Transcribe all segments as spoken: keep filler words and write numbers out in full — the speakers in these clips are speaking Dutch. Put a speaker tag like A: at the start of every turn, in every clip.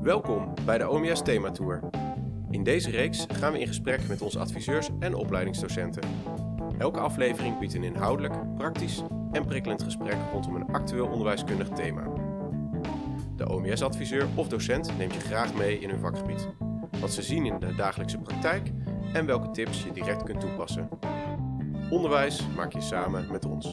A: Welkom bij de O M I S Thematour. In deze reeks gaan we in gesprek met onze adviseurs en opleidingsdocenten. Elke aflevering biedt een inhoudelijk, praktisch en prikkelend gesprek rondom een actueel onderwijskundig thema. De O M I S-adviseur of docent neemt je graag mee in hun vakgebied, wat ze zien in de dagelijkse praktijk en welke tips je direct kunt toepassen. Onderwijs maak je samen met ons.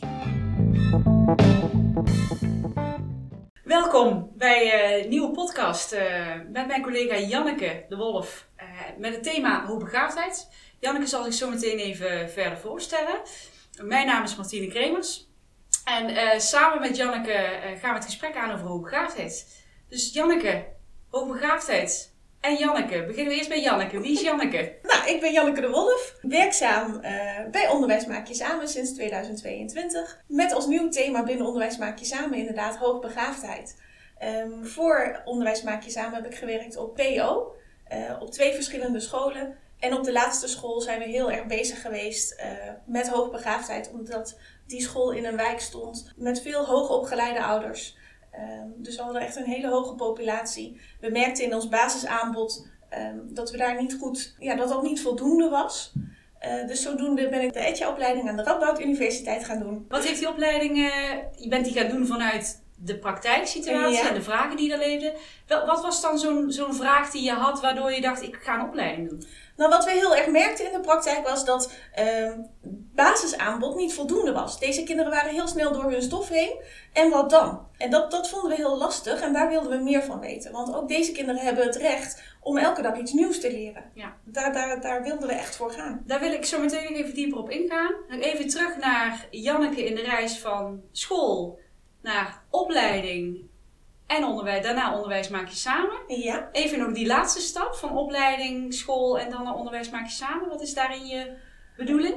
B: Welkom bij een nieuwe podcast uh, met mijn collega Janneke de Wolf uh, met het thema hoogbegaafdheid. Janneke zal zich zo meteen even verder voorstellen. Mijn naam is Martine Kremers en uh, samen met Janneke uh, gaan we het gesprek aan over hoogbegaafdheid. Dus Janneke, hoogbegaafdheid en Janneke. Beginnen we eerst bij Janneke. Wie is Janneke?
C: Nou, ik ben Janneke de Wolf, werkzaam uh, bij Onderwijs Maak Je Samen sinds tweeduizend tweeëntwintig. Met als nieuw thema binnen Onderwijs Maak Je Samen inderdaad hoogbegaafdheid. Um, voor Onderwijs Maak Je Samen heb ik gewerkt op P O, uh, op twee verschillende scholen. En op de laatste school zijn we heel erg bezig geweest uh, met hoogbegaafdheid, omdat die school in een wijk stond met veel hoogopgeleide ouders. Um, dus we hadden echt een hele hoge populatie. We merkten in ons basisaanbod um, dat we daar niet goed, ja, dat dat niet voldoende was. Uh, dus zodoende ben ik de E T J A-opleiding aan de Radboud Universiteit gaan doen.
B: Wat heeft die opleiding, uh, je bent die gaan doen vanuit de praktijksituatie ja. en de vragen die er leefden. Wel, wat was dan zo'n zo'n vraag die je had waardoor je dacht, ik ga een opleiding doen?
C: Nou, wat we heel erg merkten in de praktijk was dat uh, basisaanbod niet voldoende was. Deze kinderen waren heel snel door hun stof heen. En wat dan? En dat, dat vonden we heel lastig en daar wilden we meer van weten. Want ook deze kinderen hebben het recht om elke dag iets nieuws te leren.
B: Ja.
C: Daar, daar, daar wilden we echt voor gaan.
B: Daar wil ik zo meteen nog even dieper op ingaan. Nog even terug naar Janneke in de reis van school naar opleiding en onderwijs. Daarna onderwijs maak je samen.
C: Ja.
B: Even nog die laatste stap van opleiding, school en dan naar onderwijs maak je samen. Wat is daarin je bedoeling?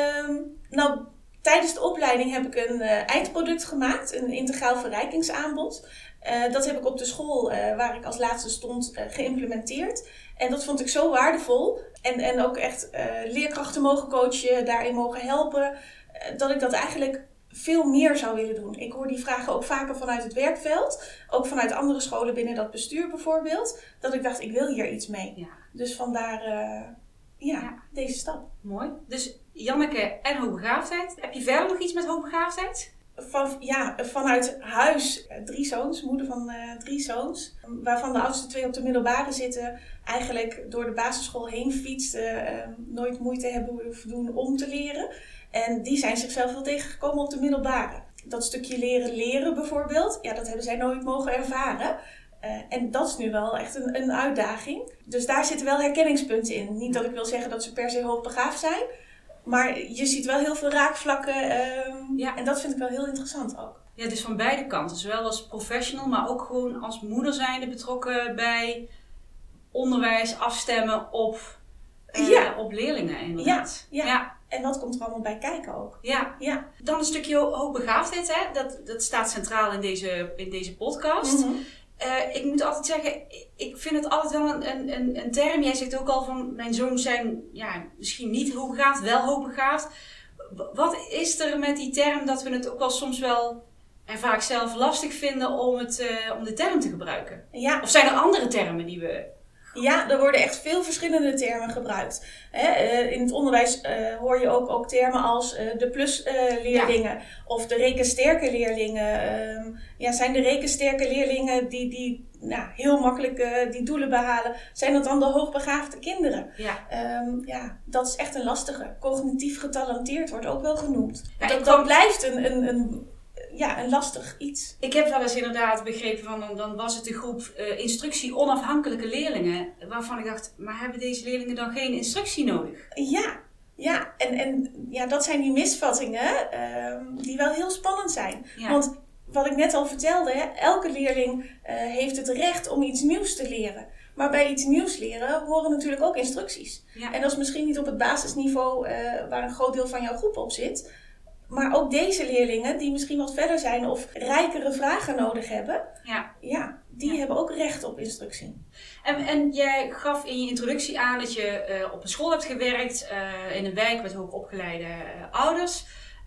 C: Um, nou, tijdens de opleiding heb ik een uh, eindproduct gemaakt, een integraal verrijkingsaanbod. Uh, dat heb ik op de school uh, waar ik als laatste stond uh, geïmplementeerd. En dat vond ik zo waardevol. En, en ook echt uh, leerkrachten mogen coachen, daarin mogen helpen. Uh, dat ik dat eigenlijk veel meer zou willen doen. Ik hoor die vragen ook vaker vanuit het werkveld. Ook vanuit andere scholen binnen dat bestuur bijvoorbeeld. Dat ik dacht, ik wil hier iets mee.
B: Ja.
C: Dus vandaar uh, ja,
B: ja.
C: deze stap.
B: Mooi. Dus Janneke en hoogbegaafdheid. Heb je verder nog iets met hoogbegaafdheid?
C: Van, ja, vanuit huis uh, drie zoons, moeder van uh, drie zoons. Waarvan de oudste twee op de middelbare zitten. Eigenlijk door de basisschool heen fietsten. Uh, nooit moeite hebben hoeven doen om te leren. En die zijn zichzelf wel tegengekomen op de middelbare. Dat stukje leren leren bijvoorbeeld, ja, dat hebben zij nooit mogen ervaren. Uh, en dat is nu wel echt een, een uitdaging. Dus daar zitten wel herkenningspunten in. Niet dat ik wil zeggen dat ze per se hoogbegaafd zijn. Maar je ziet wel heel veel raakvlakken. Um, ja. En dat vind ik wel heel interessant ook.
B: Ja, dus van beide kanten. Zowel als professional, maar ook gewoon als moeder zijnde betrokken bij onderwijs afstemmen op, uh,
C: ja.
B: op leerlingen inderdaad.
C: Ja, ja.
B: ja.
C: En wat komt er allemaal bij kijken ook.
B: Ja.
C: ja.
B: Dan een stukje hoogbegaafdheid, hè? Dat, dat staat centraal in deze, in deze podcast.
C: Mm-hmm.
B: Uh, ik moet altijd zeggen, ik vind het altijd wel een, een, een term. Jij zegt ook al van, mijn zoons zijn ja, misschien niet hoogbegaafd, wel hoogbegaafd. Wat is er met die term dat we het ook wel soms wel en vaak zelf lastig vinden om, het, uh, om de term te gebruiken?
C: Ja.
B: Of zijn er andere termen die we...
C: Ja, er worden echt veel verschillende termen gebruikt. He, uh, in het onderwijs uh, hoor je ook, ook termen als uh, de plusleerlingen uh, ja. of de rekensterke leerlingen. Um, ja, zijn de rekensterke leerlingen die, die nou, heel makkelijk uh, die doelen behalen, zijn dat dan de hoogbegaafde kinderen?
B: Ja.
C: Um, ja, dat is echt een lastige. Cognitief getalenteerd wordt ook wel genoemd.
B: Ja,
C: dat,
B: kwam...
C: dat blijft een... een, een Ja, een lastig iets.
B: Ik heb wel eens inderdaad begrepen van, dan, dan was het de groep uh, instructie onafhankelijke leerlingen. Waarvan ik dacht, maar hebben deze leerlingen dan geen instructie nodig?
C: Ja, ja. En, en ja, dat zijn die misvattingen um, die wel heel spannend zijn. Ja. Want wat ik net al vertelde, hè, elke leerling uh, heeft het recht om iets nieuws te leren. Maar bij iets nieuws leren horen natuurlijk ook instructies. Ja. En dat is misschien niet op het basisniveau uh, waar een groot deel van jouw groep op zit. Maar ook deze leerlingen die misschien wat verder zijn of rijkere vragen nodig hebben,
B: ja.
C: Ja, die ja. hebben ook recht op instructie.
B: En, en jij gaf in je introductie aan dat je uh, op een school hebt gewerkt, uh, in een wijk met hoogopgeleide uh, ouders.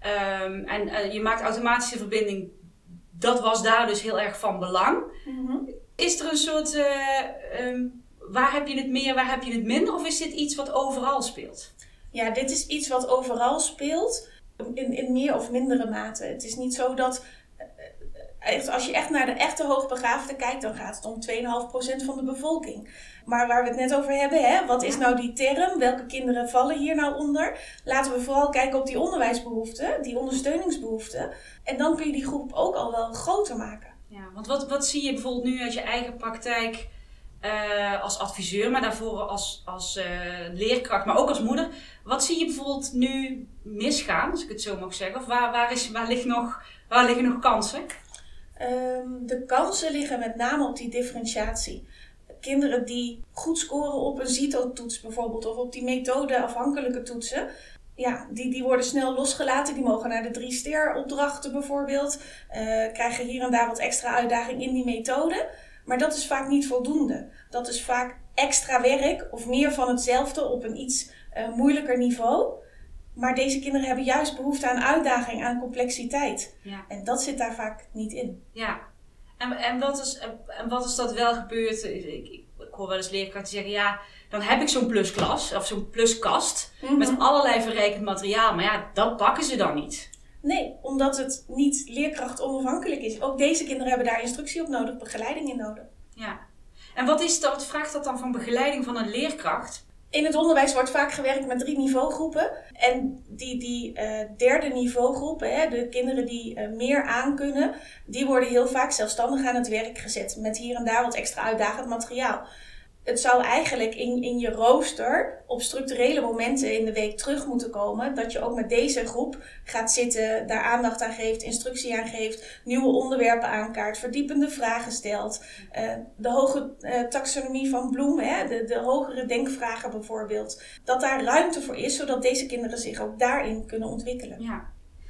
B: Um, en uh, je maakt automatische verbinding, dat was daar dus heel erg van belang.
C: Mm-hmm.
B: Is er een soort, uh, um, waar heb je het meer, waar heb je het minder? Of is dit iets wat overal speelt?
C: Ja, dit is iets wat overal speelt, in, in meer of mindere mate. Het is niet zo dat, uh, als je echt naar de echte hoogbegaafden kijkt, dan gaat het om twee komma vijf procent van de bevolking. Maar waar we het net over hebben, hè, wat is nou die term? Welke kinderen vallen hier nou onder? Laten we vooral kijken op die onderwijsbehoeften, die ondersteuningsbehoeften. En dan kun je die groep ook al wel groter maken.
B: Ja, want wat, wat zie je bijvoorbeeld nu uit je eigen praktijk uh, als adviseur, maar daarvoor als, als uh, leerkracht, maar ook als moeder. Wat zie je bijvoorbeeld nu misgaan, als ik het zo mag zeggen? Of waar, waar, is, waar, ligt nog, waar liggen nog kansen?
C: Um, de kansen liggen met name op die differentiatie. Kinderen die goed scoren op een CITO-toets bijvoorbeeld, of op die methode-afhankelijke toetsen, ja, die, die worden snel losgelaten. Die mogen naar de drie ster opdrachten bijvoorbeeld, uh, krijgen hier en daar wat extra uitdaging in die methode. Maar dat is vaak niet voldoende. Dat is vaak extra werk of meer van hetzelfde op een iets uh, moeilijker niveau. Maar deze kinderen hebben juist behoefte aan uitdaging, aan complexiteit. Ja. En dat zit daar vaak niet in.
B: Ja. En, en, wat is, en wat is dat wel gebeurd? Ik, ik, ik hoor wel eens leerkrachten zeggen, ja, dan heb ik zo'n plusklas of zo'n pluskast mm-hmm. met allerlei verrijkend materiaal. Maar ja, dat pakken ze dan niet.
C: Nee, omdat het niet leerkracht onafhankelijk is. Ook deze kinderen hebben daar instructie op nodig, begeleiding in nodig.
B: Ja. En wat, is dat, wat vraagt dat dan van begeleiding van een leerkracht?
C: In het onderwijs wordt vaak gewerkt met drie niveaugroepen. En die, die uh, derde niveaugroepen, hè, de kinderen die uh, meer aankunnen, die worden heel vaak zelfstandig aan het werk gezet. Met hier en daar wat extra uitdagend materiaal. Het zou eigenlijk in, in je rooster op structurele momenten in de week terug moeten komen. Dat je ook met deze groep gaat zitten, daar aandacht aan geeft, instructie aan geeft, nieuwe onderwerpen aankaart, verdiepende vragen stelt. Uh, de hoge uh, taxonomie van Bloem, hè, de, de hogere denkvragen bijvoorbeeld. Dat daar ruimte voor is, zodat deze kinderen zich ook daarin kunnen ontwikkelen.
B: Ja.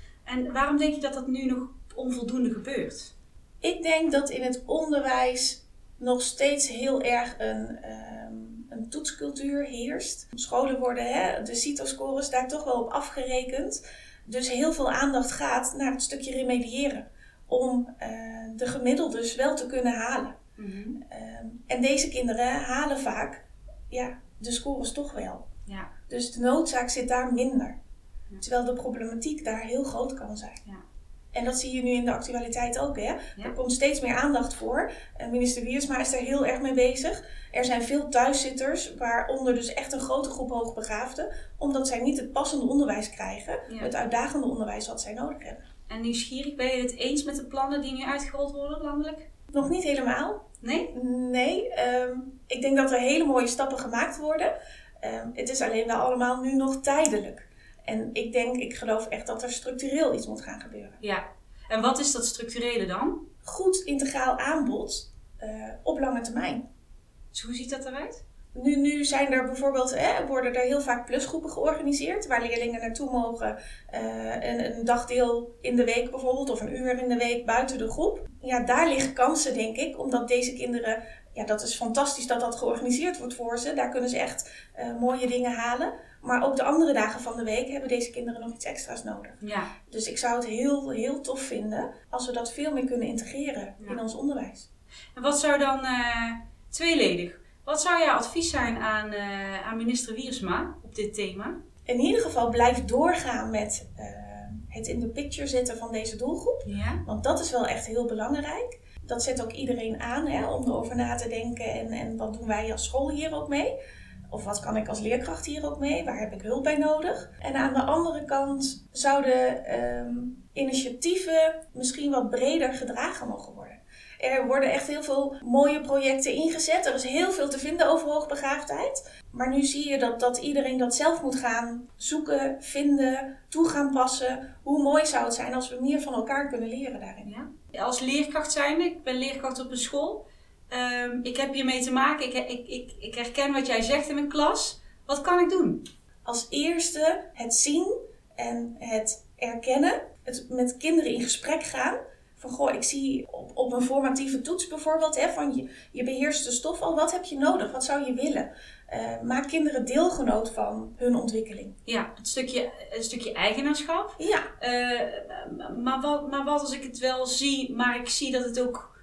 B: En waarom denk je dat dat nu nog onvoldoende gebeurt?
C: Ik denk dat in het onderwijs nog steeds heel erg een, um, een toetscultuur heerst. Scholen worden, hè, de CITO-scores daar toch wel op afgerekend. Dus heel veel aandacht gaat naar het stukje remediëren. Om uh, de gemiddeldes wel te kunnen halen. Mm-hmm. Um, en deze kinderen halen vaak ja, de scores toch wel. Ja. Dus de noodzaak zit daar minder. Ja. Terwijl de problematiek daar heel groot kan zijn. Ja. En dat zie je nu in de actualiteit ook. Hè? Ja. Er komt steeds meer aandacht voor. Minister Wiersma is daar heel erg mee bezig. Er zijn veel thuiszitters, waaronder dus echt een grote groep hoogbegaafden. Omdat zij niet het passende onderwijs krijgen. Ja. Het uitdagende onderwijs wat zij nodig hebben.
B: En nieuwsgierig, ben je het eens met de plannen die nu uitgerold worden landelijk?
C: Nog niet helemaal.
B: Nee?
C: Nee. Um, ik denk dat er hele mooie stappen gemaakt worden. Um, het is alleen wel allemaal nu nog tijdelijk. En ik denk, ik geloof echt dat er structureel iets moet gaan gebeuren.
B: Ja, en wat is dat structurele dan?
C: Goed integraal aanbod uh, op lange termijn.
B: Dus hoe ziet dat eruit?
C: Nu, nu zijn er bijvoorbeeld, eh, worden er heel vaak plusgroepen georganiseerd, waar leerlingen naartoe mogen. Uh, een, een dagdeel in de week bijvoorbeeld, of een uur in de week buiten de groep. Ja, daar liggen kansen, denk ik, omdat deze kinderen, ja, dat is fantastisch dat dat georganiseerd wordt voor ze. Daar kunnen ze echt uh, mooie dingen halen. Maar ook de andere dagen van de week hebben deze kinderen nog iets extra's nodig. Ja. Dus ik zou het heel, heel tof vinden als we dat veel meer kunnen integreren ja. in ons onderwijs.
B: En wat zou dan, uh, tweeledig, wat zou jouw advies zijn aan, uh, aan minister Wiersma op dit thema?
C: In ieder geval blijf doorgaan met uh, het in de picture zetten van deze doelgroep. Ja. Want dat is wel echt heel belangrijk. Dat zet ook iedereen aan, hè, om erover na te denken. En, en wat doen wij als school hier ook mee? Of wat kan ik als leerkracht hier ook mee? Waar heb ik hulp bij nodig? En aan de andere kant zouden um, initiatieven misschien wat breder gedragen mogen worden. Er worden echt heel veel mooie projecten ingezet. Er is heel veel te vinden over hoogbegaafdheid. Maar nu zie je dat, dat iedereen dat zelf moet gaan zoeken, vinden, toe gaan passen. Hoe mooi zou het zijn als we meer van elkaar kunnen leren daarin.
B: Ja. Als leerkracht zijnde, ik ben leerkracht op een school. Um, ik heb hiermee te maken, ik, ik, ik, ik herken wat jij zegt in mijn klas. Wat kan ik doen?
C: Als eerste het zien en het erkennen. Het met kinderen in gesprek gaan. Van goh, ik zie op, op een formatieve toets bijvoorbeeld, hè, van je, je beheerst de stof al. Wat heb je nodig? Wat zou je willen? Uh, maak kinderen deelgenoot van hun ontwikkeling.
B: Ja, het stukje, een stukje eigenaarschap.
C: Ja.
B: Uh, maar, wat, maar wat als ik het wel zie, maar ik zie dat het ook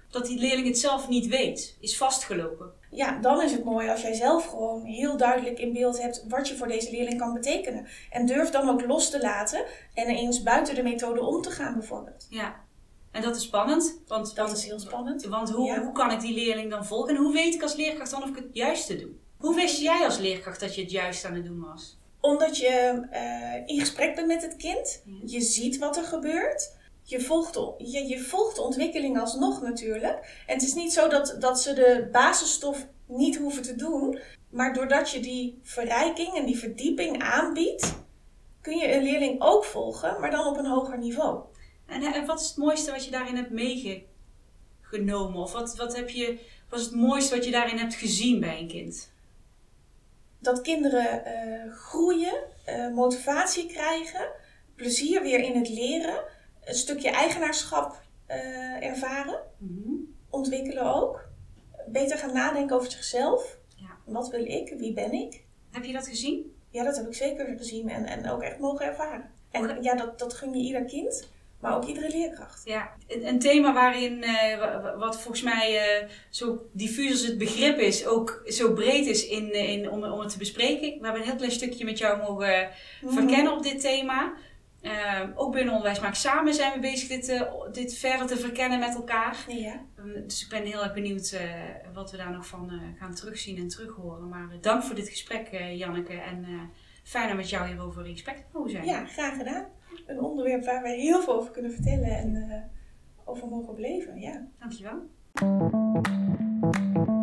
B: dat die leerling het zelf niet weet, is vastgelopen.
C: Ja, dan is het mooi als jij zelf gewoon heel duidelijk in beeld hebt wat je voor deze leerling kan betekenen. En durf dan ook los te laten en eens buiten de methode om te gaan bijvoorbeeld.
B: Ja, en dat is spannend. Want,
C: Dat
B: want,
C: is heel spannend.
B: Want hoe,
C: Ja.
B: hoe kan ik die leerling dan volgen? En hoe weet ik als leerkracht dan of ik het juiste doe? Hoe wist jij als leerkracht dat je het juist aan het doen was?
C: Omdat je uh, in gesprek bent met het kind.
B: Ja.
C: Je ziet wat er gebeurt. Je volgt, de, je, je volgt de ontwikkeling alsnog natuurlijk. En het is niet zo dat, dat ze de basisstof niet hoeven te doen. Maar doordat je die verrijking en die verdieping aanbiedt, kun je een leerling ook volgen, maar dan op een hoger niveau.
B: En, en wat is het mooiste wat je daarin hebt meegenomen? Of wat, wat heb je, wat is het mooiste wat je daarin hebt gezien bij een kind?
C: Dat kinderen uh, groeien, uh, motivatie krijgen, plezier weer in het leren, een stukje eigenaarschap uh, ervaren,
B: Mm-hmm.
C: ontwikkelen ook. Beter gaan nadenken over zichzelf.
B: Ja.
C: Wat wil ik? Wie ben ik?
B: Heb je dat gezien?
C: Ja, dat heb ik zeker gezien en, en ook echt mogen ervaren. En
B: Oké.
C: ja, dat, dat gun je ieder kind, maar ook iedere leerkracht.
B: Ja, een, een thema waarin, uh, wat volgens mij uh, zo diffuus als het begrip is, ook zo breed is in, in, om, om het te bespreken. We hebben een heel klein stukje met jou mogen mm-hmm. verkennen op dit thema. Uh, ook binnen Onderwijs Maakt Samen zijn we bezig dit, uh, dit verder te verkennen met elkaar.
C: Ja.
B: Um, dus ik ben heel erg benieuwd uh, wat we daar nog van uh, gaan terugzien en terughoren. Maar uh, dank voor dit gesprek, uh, Janneke. En uh, fijn om met jou hierover in gesprek te mogen zijn.
C: Ja, graag gedaan. Een onderwerp waar we heel veel over kunnen vertellen en uh, over mogen beleven. Ja.
B: Dankjewel.